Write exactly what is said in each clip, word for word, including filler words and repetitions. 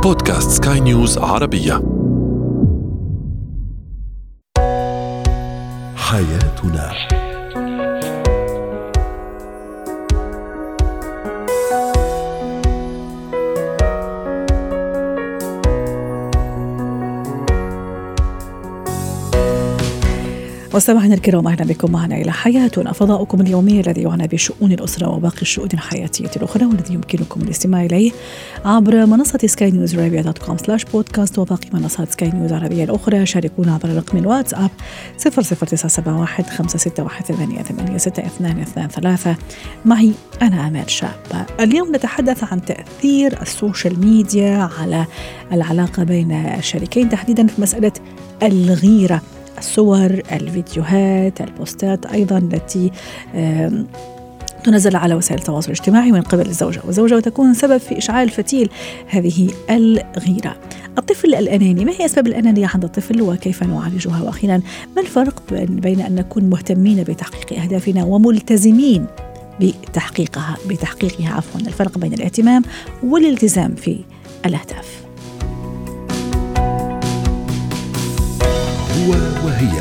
بودكاست سكاي نيوز عربية. حياتنا. مستمعينا الكرام، أهلا بكم معنا إلى حياتنا، فضاؤكم اليومي الذي يعنى بشؤون الأسرة وباقي الشؤون الحياتية الأخرى، والذي يمكنكم الاستماع إليه عبر منصة سكاي نيوز عربية دوت كوم سلاش بودكاست وباقي منصات سكاي نيوز عربية الأخرى. شاركونا عبر رقم الواتساب صفر صفر تسعة سبعة واحد خمسة ستة واحد ثمانية ثمانية ستة اثنان اثنان ثلاثة. معي أنا آمال شابة. اليوم نتحدث عن تأثير السوشيال ميديا على العلاقة بين الشريكين، تحديدا في مسألة الغيرة، الصور، الفيديوهات، البوستات أيضا التي تنزل على وسائل التواصل الاجتماعي من قبل الزوجة والزوجة، وتكون سبب في إشعال فتيل هذه الغيرة. الطفل الأناني، ما هي أسباب الأنانية عند الطفل وكيف نعالجها؟ وأخيرا، ما الفرق بين أن نكون مهتمين بتحقيق أهدافنا وملتزمين بتحقيقها بتحقيقها عفوا الفرق بين الاهتمام والالتزام في الأهداف. هو وهي.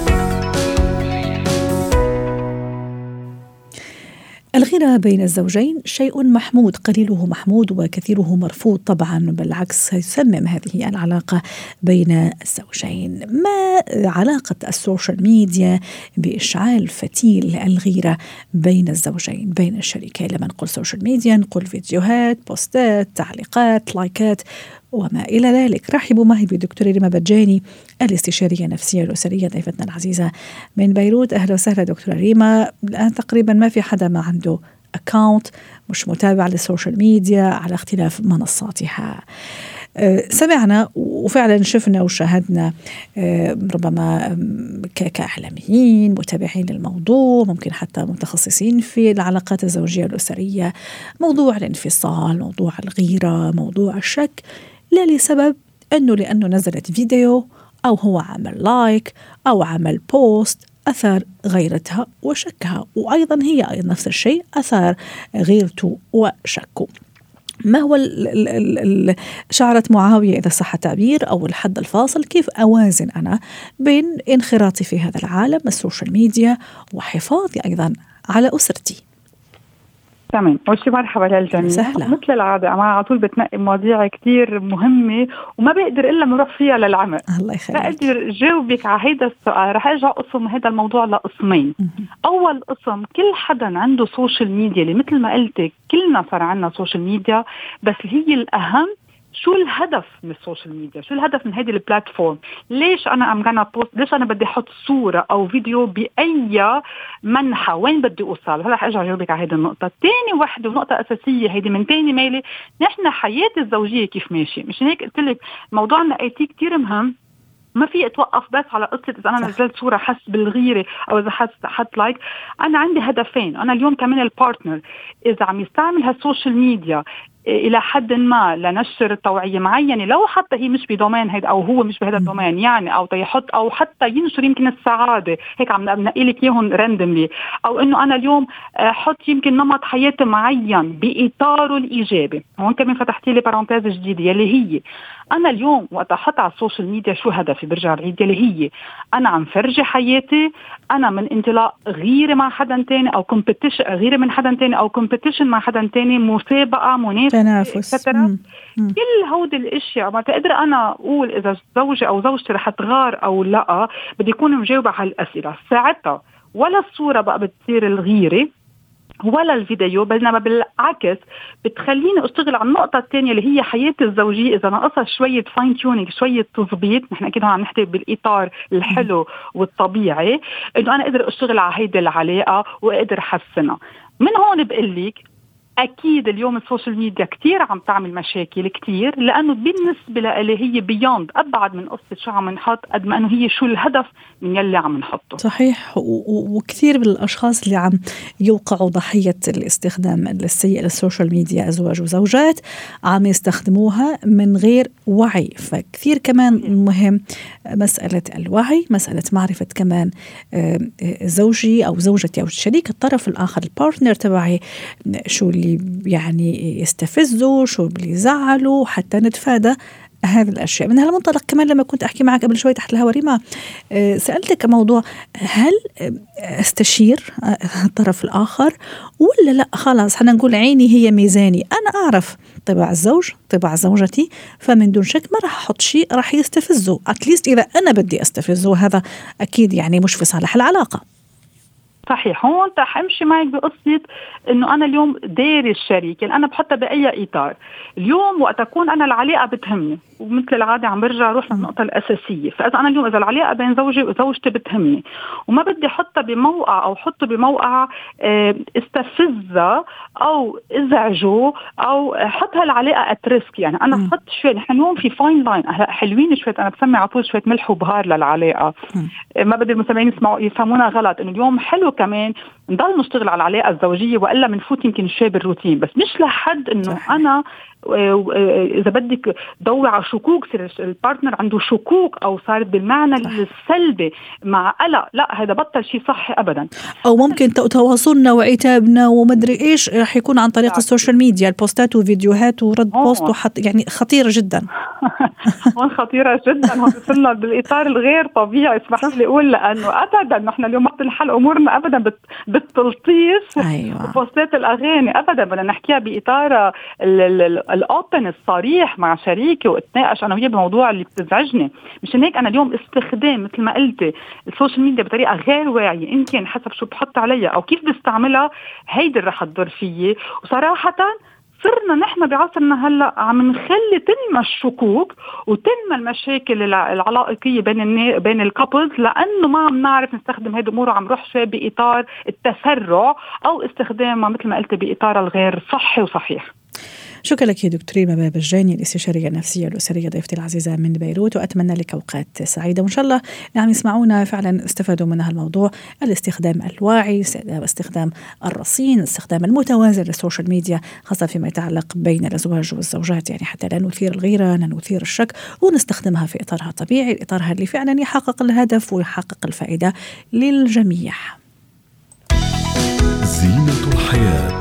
الغيرة بين الزوجين شيء محمود، قليله محمود وكثيره مرفوض طبعا، بالعكس يسمم هذه العلاقة بين الزوجين. ما علاقة السوشيال ميديا بإشعال فتيل الغيرة بين الزوجين بين الشريكين؟ لما نقول سوشيال ميديا نقول فيديوهات، بوستات، تعليقات، لايكات وما إلى ذلك. رحبوا معي بدكتورة ريما بجاني، الاستشارية النفسية الأسرية، ضيفتنا العزيزة من بيروت. أهلا وسهلا دكتورة ريما. الآن تقريبا ما في حدا ما عنده أكاونت مش متابع للسوشيال ميديا على اختلاف منصاتها. أه سمعنا وفعلا شفنا وشاهدنا، أه ربما كإعلاميين متابعين للموضوع، ممكن حتى متخصصين في العلاقات الزوجية والأسرية، موضوع الانفصال، موضوع الغيرة، موضوع الشك، لا لسبب أنه لأنه نزلت فيديو أو هو عمل لايك أو عمل بوست أثار غيرتها وشكها، وأيضا هي أيضا نفس الشيء أثار غيرته وشكه. ما هو ال ال ال ال شعرة معاوية إذا صح التعبير أو الحد الفاصل؟ كيف أوازن أنا بين انخراطي في هذا العالم السوشيال ميديا وحفاظي أيضا على أسرتي؟ تمام. أول شيء مرحبا للجميع. سهلة. مثل العادة أنا على طول بتنقي مواضيع كتير مهمة وما بقدر إلا نروح فيها للعمق. الله يخليك. بقدر جاوبك على هيدا السؤال. رح أرجع أقسم هذا الموضوع لقسمين. أول قسم، كل حدا عنده سوشيال ميديا، اللي مثل ما قلتك كلنا صار عنا سوشيال ميديا، بس هي الأهم شو الهدف من السوشيال ميديا؟ شو الهدف من هذه البلاتفورم؟ ليش أنا أم غانا بوست؟ ليش أنا بدي أحط صورة أو فيديو بأي منحى؟ وين بدي أوصل؟ هلا رح أرجع أجاوبك على هذه النقطة. تاني واحدة ونقطة أساسية، هيدي من تاني ميلي، نحن حياة الزوجية كيف ماشي. مش هيك قلت لك موضوعنا أيتي كتير مهم، ما في اتوقف بس على قصة إذا أنا نزلت صورة حس بالغيرة أو إذا حس حط لايك. أنا عندي هدفين. أنا اليوم كمان البارتنر إذا عم يستعمل هالسوشيال ميديا إلى حد ما لنشر توعية معينة، لو حتى هي مش بدومين هيدا أو هو مش بهذا الدومين، يعني أو تيحط أو حتى ينشر يمكن السعادة، هيك عم نقي لك إياهم راندملي، أو إنه أنا اليوم حط يمكن نمط حياة معين بإطاره الإيجابي. هون كمان فتحتي لي بارانتيز جديدة يلي هي أنا اليوم وقت أحط على السوشيال ميديا شو هدفي؟ برجع بعيد، يلي هي أنا عم فرجي حياتي، أنا من انطلاق غيرة مع حدا تاني أو كومبيتيشن، غيرة من حدا تاني أو كومبيتيشن مع حدا تاني، مسابقة، منافسة، تنافس. كل هود الاشياء. ما تقدر انا اقول اذا زوجي او زوجتي رح تغار او لا، بدي يكون مجاوبة على الاسئله ساعتها. ولا الصوره بقى بتصير الغيره ولا الفيديو، بينما بالعكس بتخليني اشتغل على النقطه الثانيه اللي هي حياتي الزوجيه. اذا ناقصها شويه فاين تيونينج، شويه تظبيط، نحن اكيد عم نحكي بالاطار الحلو والطبيعي، انه انا اقدر اشتغل على هيدي العلاقه واقدر احسنها. من هون بقول لك أكيد اليوم السوشيال ميديا كتير عم تعمل مشاكل كتير، لأنه بالنسبة لي هي بيوند، أبعد من قصة شو عم نحط قد ما أنه هي شو الهدف من يلي عم نحطه. صحيح. وكثير من الأشخاص اللي عم يوقعوا ضحية الاستخدام السيء للسوشيال ميديا أزواج وزوجات عم يستخدموها من غير وعي. فكثير كمان مهم مسألة الوعي، مسألة معرفة كمان زوجي أو زوجتي أو شريك الطرف الآخر البارتنر تبعي شو اللي يعني يستفزه، شو اللي يزعله، حتى نتفادى هذه الأشياء. من هالمنطلق كمان لما كنت أحكي معك قبل شوي تحت الهواء ريما، سألتك موضوع هل استشير الطرف الآخر ولا لا خلاص حنا نقول عيني هي ميزاني، أنا أعرف طباع الزوج طباع زوجتي، فمن دون شك ما راح أحط شيء راح يستفزه، أتليست إذا أنا بدي أستفزه هذا أكيد يعني مش في صالح العلاقة. صحيح. هون رح امشي معك بقصه انه انا اليوم داري الشريك يعني انا بحطها باي اطار. اليوم وقت اكون انا العلاقه بتهمني ومثل العاده عم برجع اروح للنقطه الاساسيه، فاذا انا اليوم اذا العلاقه بين زوجي وزوجتي بتهمني وما بدي احطها بموقع او حطه بموقع استفزها او ازعجه او حط هالعلاقه اتريسك، يعني انا م. حط شوي، نحن اليوم في فاين لاين حلوين شوي، انا بسمي على طول شويه ملح وبهار للعلاقه، م. ما بدي المستمعين يسمعوا يفهمونا غلط، انه اليوم حلو كمان نضل نشتغل على العلاقه الزوجيه والا بنفوت يمكن شوي بالروتين، بس مش لحد انه انا اذا بدك ضوي على شكوك، صار البارتنر عنده شكوك او صارت بالمعنى السلبي مع قلق، لا هذا بطل شيء صحي ابدا. او ممكن تواصلنا وعتابنا ومدري ايش راح يكون عن طريق السوشيال ميديا، البوستات وفيديوهات ورد بوست وحط، يعني خطيره جدا. هون خطيره جدا، هون وصلنا بالاطار الغير طبيعي، اسمح لي اقول، لانه ابدا نحن اليوم ما بنحل امورنا ابدا بالتلطيف. أيوة. وبوستات الاغاني ابدا، بدنا نحكيها باطار الاوبن الصريح مع شريكي واتناقش انا وياه بموضوع اللي بتزعجني. مشان هيك انا اليوم استخدام مثل ما قلتي السوشيال ميديا بطريقه غير واعيه، ان كان حسب شو بحط عليها او كيف بستعملها، هيدي رح تضر فيي. وصراحه صرنا نحن بعصرنا هلا عم نخلي تنمى الشكوك وتنمى المشاكل العلاقيه بين بين الكابلز، لانه ما عم نعرف نستخدم هيدي الامور، عم نروح شوي باطار التسرع او استخدامها مثل ما قلت باطار الغير صحي وصحيح. شكرا لك يا دكتورة ريما بابجاني، الاستشارية النفسية الأسرية، ضيفتي العزيزة من بيروت، وأتمنى لك أوقات سعيدة، وإن شاء الله اللي عم يسمعونا فعلا استفادوا من هالموضوع، الاستخدام الواعي، استخدام الرصين، استخدام المتوازن للسوشيال ميديا، خاصة فيما يتعلق بين الأزواج والزوجات، يعني حتى لا نثير الغيرة، لا نثير الشك، ونستخدمها في إطارها الطبيعي، إطارها اللي فعلا يحقق الهدف ويحقق الفائدة للجميع. زينة الحياة.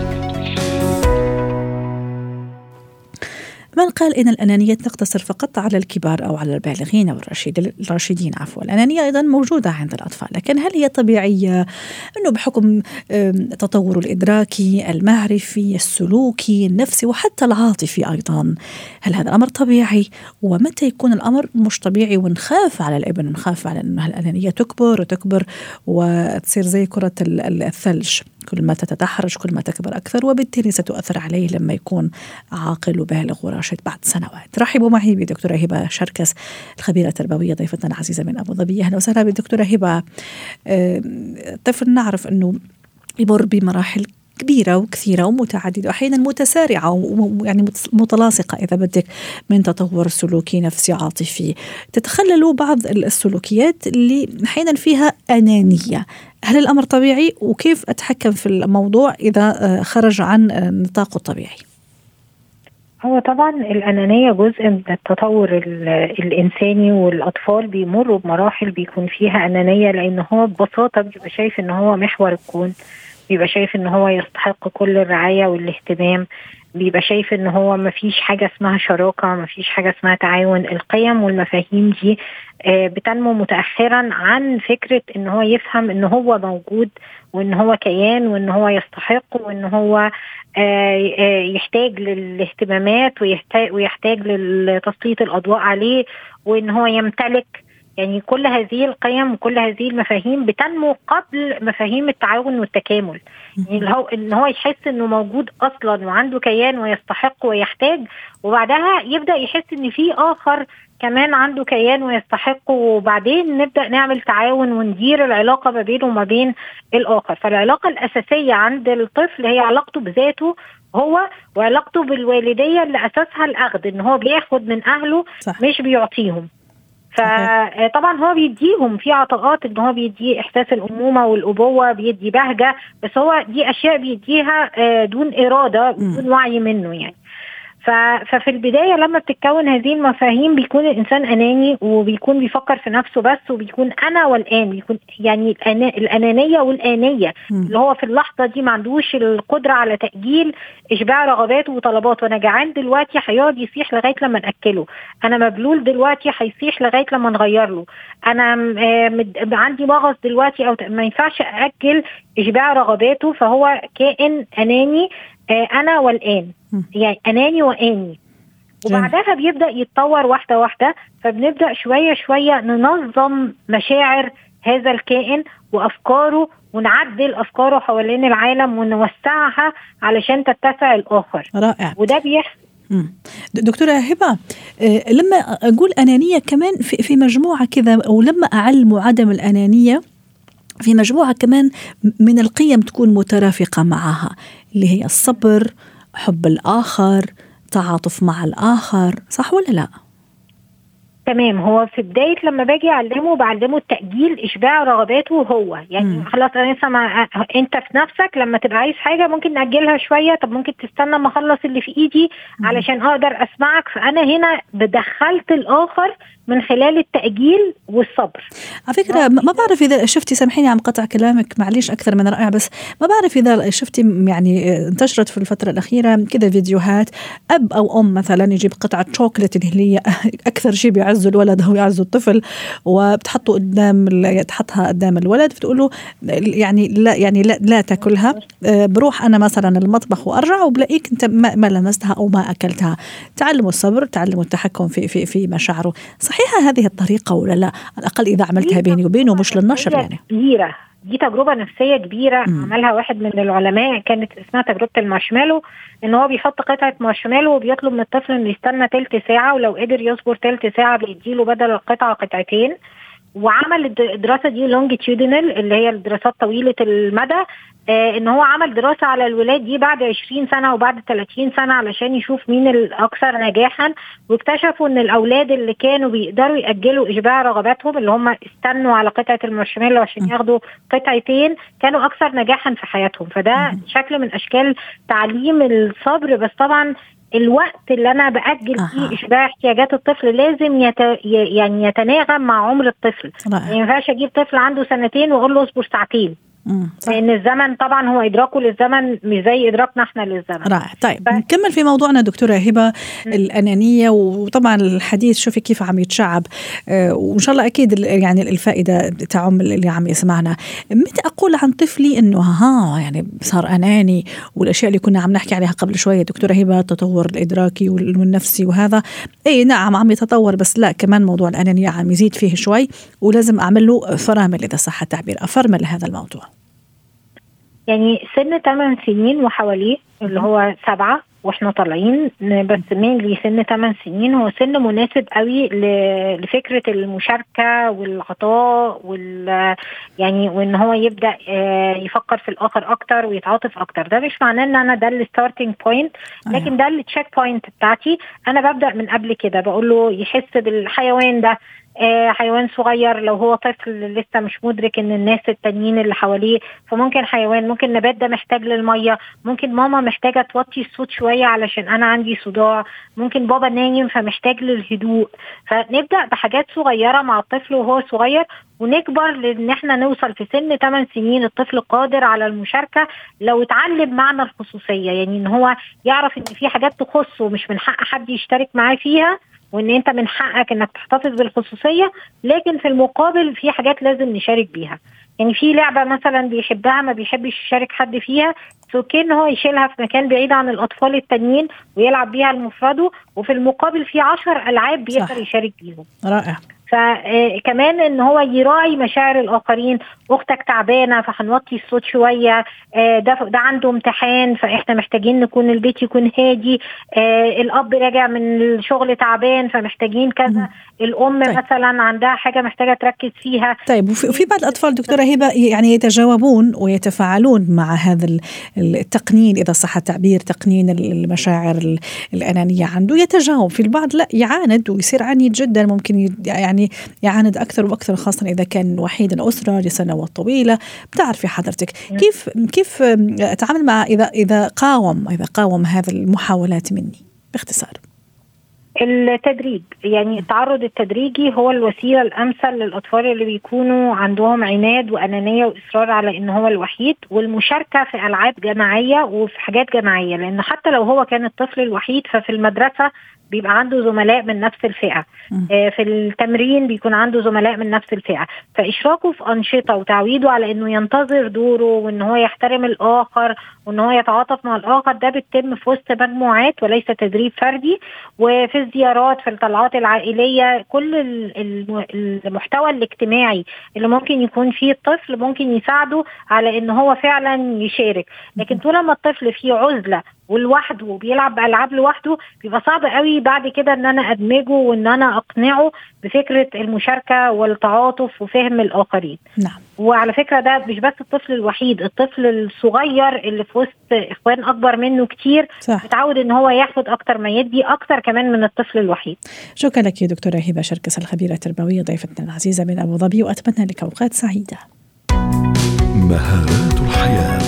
من قال إن الأنانية تقتصر فقط على الكبار أو على البالغين أو الرشيد الراشدين عفوا، الأنانية أيضا موجودة عند الأطفال، لكن هل هي طبيعية؟ أنه بحكم تطور الإدراكي، المعرفي، السلوكي، النفسي وحتى العاطفي أيضا، هل هذا الأمر طبيعي؟ ومتى يكون الأمر مش طبيعي ونخاف على الابن، نخاف على أن الأنانية تكبر وتكبر وتصير زي كرة الثلج، كل ما تتدحرج كل ما تكبر أكثر، وبالتالي ستؤثر عليه لما يكون عاقل وبالغ وراشد بعد سنوات. رحبوا معي بدكتورة هبة شركس، الخبيرة التربوية، ضيفتنا العزيزة من أبو ظبي. أهلا وسهلا بالدكتورة هبة. الطفل نعرف أنه يمر بمراحل كبيرة وكثيرة ومتعددة وأحيانا متسارعة ويعني متلاصقة إذا بدك، من تطور سلوكي نفسي عاطفي، تتخلل بعض السلوكيات اللي أحيانا فيها أنانية. هل الأمر طبيعي؟ وكيف أتحكم في الموضوع إذا خرج عن نطاقه الطبيعي؟ هو طبعا الأنانية جزء من التطور الإنساني، والأطفال بيمروا بمراحل بيكون فيها أنانية، لأن هو ببساطة بيبقى شايف إن هو محور الكون، بيبقى شايف إن هو يستحق كل الرعاية والاهتمام، بيبقى شايف إن هو مفيش حاجة اسمها شراكة، مفيش حاجة اسمها تعاون. القيم والمفاهيم دي بتنمو متأخرا عن فكرة إن هو يفهم إن هو موجود وإن هو كيان وإن هو يستحق وإن هو يحتاج للاهتمامات ويحتاج لتسليط الأضواء عليه وإن هو يمتلك. يعني كل هذه القيم وكل هذه المفاهيم بتنمو قبل مفاهيم التعاون والتكامل. يعني إن هو يحس إنه موجود أصلا وعنده كيان ويستحق ويحتاج، وبعدها يبدأ يحس إن في آخر كمان عنده كيان ويستحق، وبعدين نبدأ نعمل تعاون وندير العلاقة ما بينه وما بين الآخر. فالعلاقة الأساسية عند الطفل هي علاقته بذاته هو وعلاقته بالوالدية اللي أساسها الأخذ، إن هو بياخد من أهله صح. مش بيعطيهم. فطبعا هو بيديهم في عطاءات، ان هو بيدي احساس الامومه والابوه، بيدي بهجه، بس هو دي اشياء بيديها دون اراده، بدون وعي منه يعني. ففي البداية لما بتتكون هذه المفاهيم بيكون الإنسان أناني وبيكون بيفكر في نفسه بس، وبيكون أنا والآن، بيكون يعني الأنانية والآنية اللي هو في اللحظة دي ما عندوش القدرة على تأجيل إشباع رغباته وطلباته. أنا جعان دلوقتي هيقعد يصيح لغاية لما نأكله، أنا مبلول دلوقتي هيصيح لغاية لما نغير له، أنا عندي مغص دلوقتي أو ما ينفعش أأجل إشباع رغباته. فهو كائن أناني، أنا والآن، يعني أناني وآني. وبعدها بيبدأ يتطور واحدة واحدة، فبنبدأ شوية شوية ننظم مشاعر هذا الكائن وأفكاره، ونعدل أفكاره حوالين العالم ونوسعها علشان تتسع الآخر. رائع. وده بيحصل. دكتورة هبة، لما أقول أنانية كمان في في مجموعة كذا، أو لما أعلم عدم الأنانية في مجموعة كمان من القيم تكون مترافقة معها، اللي هي الصبر، حب الآخر، تعاطف مع الآخر، صح ولا لا؟ تمام. هو في بداية لما باجي أعلمه بعلمه التأجيل إشباع رغباته هو، يعني مم. خلاص أنا لسه مع... أنت في نفسك لما تبقى عايز حاجة ممكن نأجلها شوية، طب ممكن تستنى ما أخلص اللي في إيدي مم. علشان أقدر أسمعك. فأنا هنا بدخلت الآخر من خلال التأجيل والصبر. على فكرة ما بعرف إذا شفتي، سامحيني عم قطع كلامك معليش أكثر من رائع، بس ما بعرف إذا شفتي يعني انتشرت في الفترة الأخيرة كذا فيديوهات أب أو أم مثلا يجيب قطعة شوكولاتة اللي هي أكثر شيء بيعزوا الولد أو يعزوا الطفل، وبتحطه قدام تحطها قدام الولد، بتقوله يعني لا يعني لا, لا تاكلها، بروح أنا مثلا المطبخ وأرجع وبلاقيك أنت ما, ما لمستها أو ما أكلتها. تعلموا الصبر، تعلموا التحكم في في في مشاعره. صحيحة هذه الطريقة ولا لا؟ على الأقل إذا عملتها بيني وبينه مش للنشر يعني. كبيرة، دي تجربة نفسية كبيرة م. عملها واحد من العلماء، كانت اسمها تجربة المارشميلو، إن هو بيحط قطعة مارشميلو وبيطلب من الطفل إنه يستنى تلت ساعة، ولو قدر يصبر تلت ساعة بيديله بدل القطعة قطعتين. وعمل الدراسة دي longitudinal اللي هي الدراسات طويلة المدى، آه ان هو عمل دراسة على الولاد دي بعد عشرين سنة وبعد ثلاثين سنة علشان يشوف مين الأكثر نجاحا. واكتشفوا ان الأولاد اللي كانوا بيقدروا يأجلوا إشباع رغباتهم، اللي هم استنوا على قطعة المارشميلو عشان ياخدوا قطعتين، كانوا أكثر نجاحا في حياتهم. فده شكل من أشكال تعليم الصبر. بس طبعا الوقت اللي أنا بأجل فيه إشباع احتياجات الطفل لازم يت... يعني يتناغم مع عمر الطفل. ما ينفعش أجيب طفل عنده سنتين وأقول له اصبر ساعتين، لأن الزمن طبعا هو إدراكه للزمن مش زي إدراكنا إحنا للزمن. رائع. طيب ف... نكمل في موضوعنا دكتورة هبة. م. الأنانية، وطبعا الحديث شوفي كيف عم يتشعب، آه وإن شاء الله أكيد يعني الفائدة تعم اللي عم يسمعنا. متى أقول عن طفلي إنه ها يعني صار أناني، والأشياء اللي كنا عم نحكي عليها قبل شوية دكتورة هبة، التطور الإدراكي والنفسي وهذا، أي نعم عم يتطور، بس لا كمان موضوع الأنانية عم يزيد فيه شوي، ولازم أعمل له فرامل إذا صح التعبير، أفرمل هذا الموضوع. يعني سن ثمان سنين وحواليه اللي هو سبعة واحنا طالعين، بس مين اللي سن ثمان سنين هو سن مناسب قوي لفكرة المشاركة والعطاء وال يعني وان هو يبدأ يفكر في الآخر اكتر ويتعاطف اكتر. ده مش معناه ان انا ده الستارتنج بوينت، لكن ده التشيك بوينت بتاعتي. انا ببدأ من قبل كده، بقول له يحس بالحيوان ده، آه حيوان صغير لو هو طفل لسه مش مدرك ان الناس التانيين اللي حواليه، فممكن حيوان، ممكن نبات ده محتاج للمية، ممكن ماما محتاجة توطي الصوت شوية علشان انا عندي صداع، ممكن بابا نايم فمحتاج للهدوء. فنبدأ بحاجات صغيرة مع الطفل وهو صغير، ونكبر لان احنا نوصل في سن ثمان سنين الطفل قادر على المشاركة لو اتعلم معنى الخصوصية، يعني ان هو يعرف ان في حاجات تخصه مش من حق حد يشترك معاه فيها، وان انت من حقك انك تحتفظ بالخصوصية، لكن في المقابل في حاجات لازم نشارك بيها. يعني في لعبة مثلا بيحبها ما بيحبش يشارك حد فيها، فكان هو يشيلها في مكان بعيد عن الأطفال التانيين ويلعب بيها لمفرده، وفي المقابل في عشر ألعاب بيقدر يشارك بيهم. رائع. فكمان ان هو يراعي مشاعر الاخرين، اختك تعبانه فهنوطي الصوت شويه، ده ده عنده امتحان فاحنا محتاجين نكون البيت يكون هادي، الاب راجع من الشغل تعبان فمحتاجين كذا، الام طيب. مثلا عندها حاجه محتاجه تركز فيها. طيب وفي بعض الاطفال دكتوره هبه يعني يتجاوبون ويتفاعلون مع هذا التقنين، اذا صح التعبير، تقنين المشاعر الانانيه عنده، يتجاوب. في البعض لا يعاند ويصير عنيد جدا، ممكن يعني يعاند أكثر وأكثر، خاصة إذا كان وحيدا أسرة لسنوات طويلة. بتعرفي حضرتك كيف كيف أتعامل مع إذا إذا قاوم إذا قاوم هذه المحاولات مني؟ باختصار؟ التدريج، يعني التعرض التدريجي هو الوسيلة الأمثل للأطفال اللي بيكونوا عندهم عناد وأنانية وإصرار على إن هو الوحيد، والمشاركة في ألعاب جماعية وفي حاجات جماعية، لأن حتى لو هو كان الطفل الوحيد ففي المدرسة بيبقى عنده زملاء من نفس الفئة، آه في التمرين بيكون عنده زملاء من نفس الفئة، فإشراكه في أنشطة وتعويده على إنه ينتظر دوره وإن هو يحترم الآخر وإن هو يتعاطف مع الآخر، ده بيتم في وسط مجموعات وليس تدريب فردي. وفي الزيارات، في الطلعات العائلية، كل المحتوى الاجتماعي اللي ممكن يكون فيه الطفل ممكن يساعده على إن هو فعلا يشارك. لكن طول ما الطفل فيه عزلة ولوحده وبيلعب بألعاب لوحده بيبقى صعب قوي بعد كده ان انا ادمجه وان انا اقنعه بفكرة المشاركة والتعاطف وفهم الاخرين. نعم. وعلى فكرة ده مش بس الطفل الوحيد، الطفل الصغير اللي في وسط اخوان اكبر منه كتير متعود ان هو ياخد اكتر ما يدي، اكتر كمان من الطفل الوحيد. شكرا لك يا دكتورة هبة شركس، الخبيرة التربوية، ضيفتنا العزيزة من ابو ظبي، واتمنى لك اوقات سعيدة. مهارات الحياة.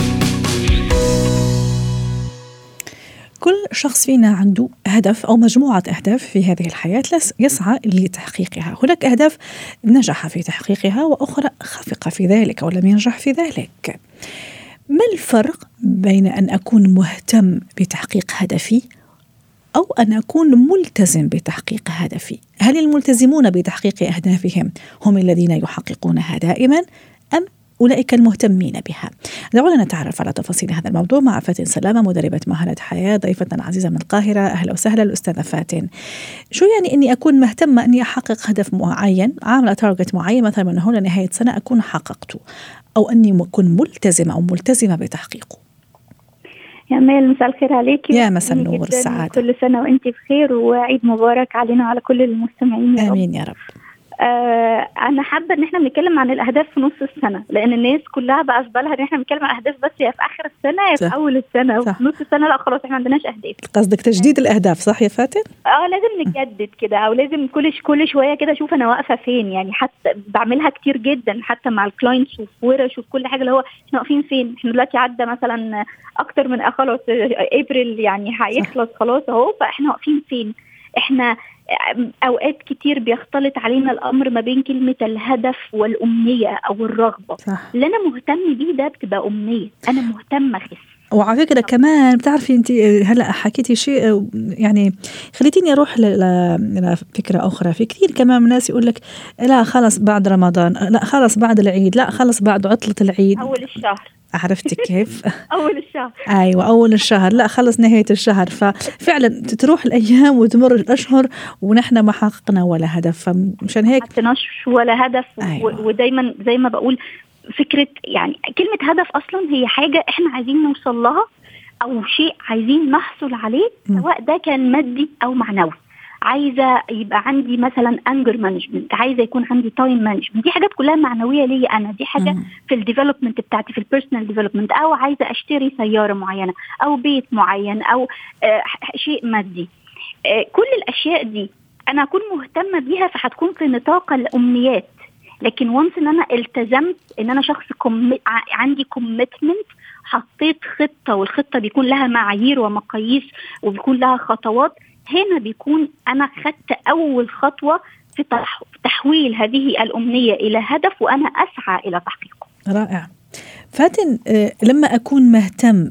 كل شخص فينا عنده هدف أو مجموعة أهداف في هذه الحياة يسعى لتحقيقها. هناك أهداف نجح في تحقيقها وأخرى خفق في ذلك أو لم ينجح في ذلك. ما الفرق بين أن أكون مهتم بتحقيق هدفي أو أن أكون ملتزم بتحقيق هدفي؟ هل الملتزمون بتحقيق أهدافهم هم الذين يحققونها دائما أم أولئك المهتمين بها؟ دعونا نتعرف على تفاصيل هذا الموضوع مع فاتن سلامة، مدربة مهارات حياة، ضيفتنا العزيزة من القاهرة. أهلا وسهلا الأستاذة فاتن. شو يعني أني أكون مهتمة أني أحقق هدف معين، عاملة تارجت معين مثلا من هون لنهاية سنة أكون حققته، أو أني أكون ملتزمة أو ملتزمة بتحقيقه؟ يا مال، مساء الخير عليك. يا مساء النور والسعادة. كل سنة وأنت بخير وعيد مبارك علينا وعلى كل المستمعين. آمين يا رب. آه أنا حابة إن إحنا بنتكلم عن الأهداف في نص السنة، لأن الناس كلها بقى في بالها إن إحنا بنتكلم عن أهداف بس يا في آخر السنة يا في أول السنة، وفي نص السنة لا خلاص إحنا ما عندناش أهداف. قصدك تجديد الأهداف، صح يا فاتن؟ آه لازم نجدد كده، أو لازم كل كل شوية كده أشوف أنا واقفة فين. يعني حتى بعملها كتير جدا حتى مع الكلاينتس وفي ورش وفي كل حاجة، اللي هو إحنا واقفين فين. إحنا دلوقتي عدى مثلا أكتر من خلاص أبريل، يعني هيخلص خلاص أهو، فإحنا واقفين فين؟ إحنا أوقات كتير بيختلط علينا الأمر ما بين كلمة الهدف والأمنية أو الرغبة. صح. اللي أنا مهتم بيه ده بتبقى أمنية، أنا مهتمة خس. وعلى فكرة كمان بتعرفي أنت هلأ حكيتي شيء يعني خليتيني أروح لفكرة أخرى. في كثير كمان من ناس يقول لك لا خلص بعد رمضان، لا خلص بعد العيد، لا خلص بعد عطلة العيد، أول الشهر. عرفتي كيف؟ أول الشهر. أيوة أول الشهر، لا خلص نهاية الشهر. ففعلا تروح الأيام وتمر الأشهر ونحن ما حققنا ولا هدف. فمشان هيك حققناش ولا هدف. أيوة. ودايما زي ما بقول فكرة، يعني كلمة هدف أصلا هي حاجة إحنا عايزين نوصل لها أو شيء عايزين نحصل عليه، سواء ده كان مادي أو معنوي. عايزة يبقى عندي مثلا انجر مانجمنت، عايزة يكون عندي تايم مانجمنت، دي حاجات كلها معنوية لي أنا، دي حاجة م- في الديفلوبمنت بتاعتي، في البيرسونال ديفلوبمنت. أو عايزة أشتري سيارة معينة أو بيت معين أو آه شيء مادي. آه كل الأشياء دي أنا أكون مهتمة بيها، فهتكون في نطاق الأمنيات. لكن وانس ان انا التزمت ان انا شخص كوم... عندي كوميتمنت، حطيت خطة، والخطة بيكون لها معايير ومقاييس وبيكون لها خطوات، هنا بيكون انا خدت اول خطوة في تحويل هذه الأمنية الى هدف وانا اسعى الى تحقيقه. رائع. فاتن، لما اكون مهتم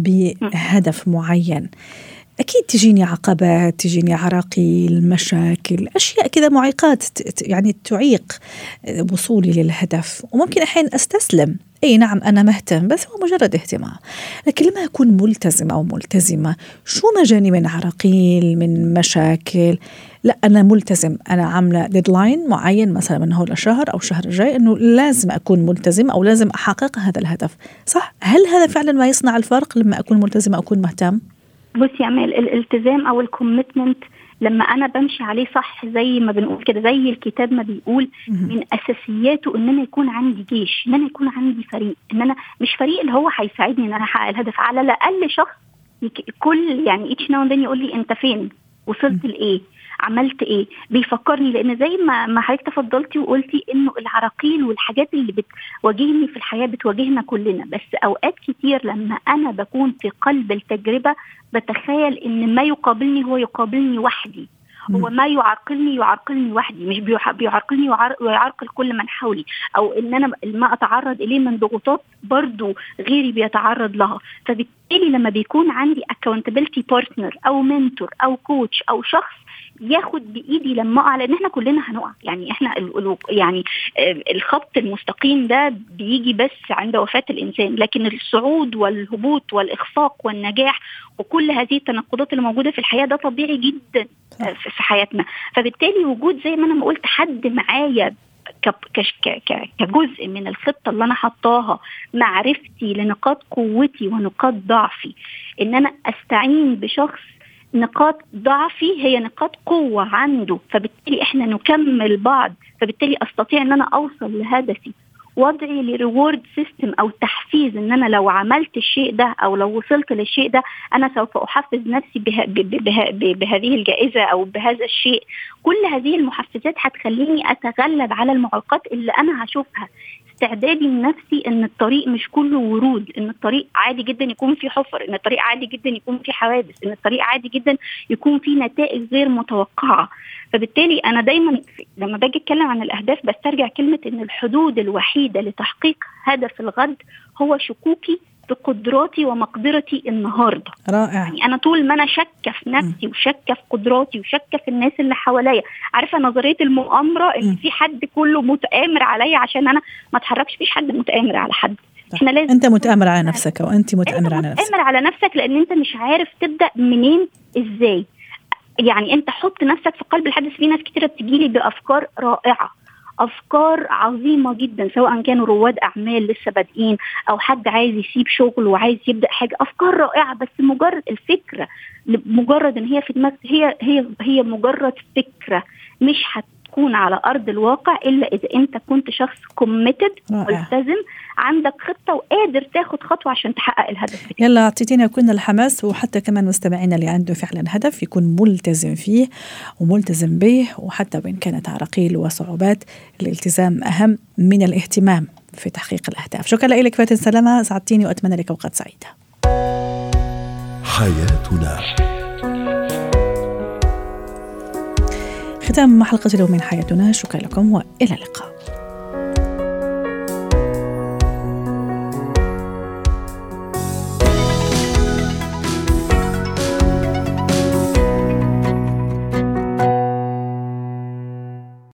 بهدف معين أكيد تجيني عقبات، تجيني عراقيل، مشاكل، أشياء كذا معيقات يعني تعيق وصولي للهدف، وممكن أحيانا أستسلم. أي نعم أنا مهتم بس هو مجرد اهتمام. لكن لما أكون ملتزم أو ملتزمة، شو ما جاني من عراقيل، من مشاكل، لا أنا ملتزم، أنا عاملة ديدلاين معين مثلا من هول الشهر أو الشهر الجاي أنه لازم أكون ملتزم أو لازم أحقق هذا الهدف. صح؟ هل هذا فعلا ما يصنع الفرق لما أكون ملتزمة أو أكون مهتم؟ بصي يا عمال، الالتزام او الكوميتمنت لما انا بمشي عليه صح زي ما بنقول كده، زي الكتاب ما بيقول، من اساسياته ان انا يكون عندي جيش، ان انا يكون عندي فريق، ان انا مش فريق اللي هو هيساعدني ان انا احقق الهدف، على الاقل شخص كل يعني each now and then يقول لي انت فين وصلت لايه، عملت ايه، بيفكرني. لان زي ما ما حضرتك تفضلتي وقلتي انه العراقيل والحاجات اللي بتواجهني في الحياه بتواجهنا كلنا، بس اوقات كتير لما انا بكون في قلب التجربه بتخيل ان ما يقابلني هو يقابلني وحدي، هو ما يعرقلني يعرقلني وحدي، مش بيعرقلني ويعرقل كل من حولي، او ان انا ما اتعرض اليه من ضغوطات برضو غيري بيتعرض لها. فبالتالي لما بيكون عندي accountability partner او منتور او كوتش او شخص ياخد بايدي لما اقع، لان احنا كلنا هنقع، يعني احنا يعني الخط المستقيم ده بيجي بس عند وفاة الانسان، لكن الصعود والهبوط والاخفاق والنجاح وكل هذه التناقضات اللي موجوده في الحياه ده طبيعي جدا في حياتنا. فبالتالي وجود زي ما انا ما قلت حد معايا كجزء من الخطة اللي أنا حطاها، معرفتي لنقاط قوتي ونقاط ضعفي، إن أنا أستعين بشخص نقاط ضعفي هي نقاط قوة عنده، فبالتالي إحنا نكمل بعض، فبالتالي أستطيع إن أنا أوصل لهدفي. وضعي لريورد سيستم أو تحفيز، إن أنا لو عملت الشيء ده أو لو وصلت للشيء ده أنا سوف أحفز نفسي به به به بهذه الجائزة أو بهذا الشيء. كل هذه المحفزات هتخليني أتغلب على المعوقات اللي أنا هشوفها. استعدادي لنفسي ان الطريق مش كله ورود، ان الطريق عادي جدا يكون فيه حفر، ان الطريق عادي جدا يكون فيه حوادث، ان الطريق عادي جدا يكون فيه نتائج غير متوقعة. فبالتالي انا دايما لما باجي اتكلم عن الاهداف بسترجع كلمة ان الحدود الوحيدة لتحقيق هدف الغد هو شكوكي بقدراتي ومقدرتي النهارده. رائع. يعني انا طول ما انا شاكه في نفسي وشاكه في قدراتي وشاكه في الناس اللي حواليا، عارفه نظريه المؤامره ان في حد كله متآمر عليا عشان انا ما اتحركش، فيش حد متآمر على حد. احنا لازم انت متآمر على نفسك او انت متآمر على نفسك. متآمر على نفسك لان انت مش عارف تبدا منين ازاي. يعني انت حط نفسك في قلب الحدث. في ناس كتيره بتجيلي بافكار رائعه، أفكار عظيمة جدا، سواء كانوا رواد أعمال لسه بادئين أو حد عايز يسيب شغل وعايز يبدأ حاجة. أفكار رائعة، بس مجرد الفكرة، مجرد إن هي في دماغك، هي هي هي مجرد فكرة، مش هتكون على أرض الواقع إلا إذا أنت كنت شخص كوميتد ملتزم، عندك خطة وقادر تاخد خطوة عشان تحقق الهدف. يلا اعطيتينا كنا الحماس، وحتى كمان مستمعينا اللي عنده فعلا هدف يكون ملتزم فيه وملتزم به، وحتى وإن كانت عراقيل وصعوبات الالتزام أهم من الاهتمام في تحقيق الأهداف. شكرا لك فاتن سلامة، سعدتيني وأتمنى لك أوقات سعيدة. حياتنا، ختام حلقة اليوم من حياتنا. شكرا لكم وإلى اللقاء.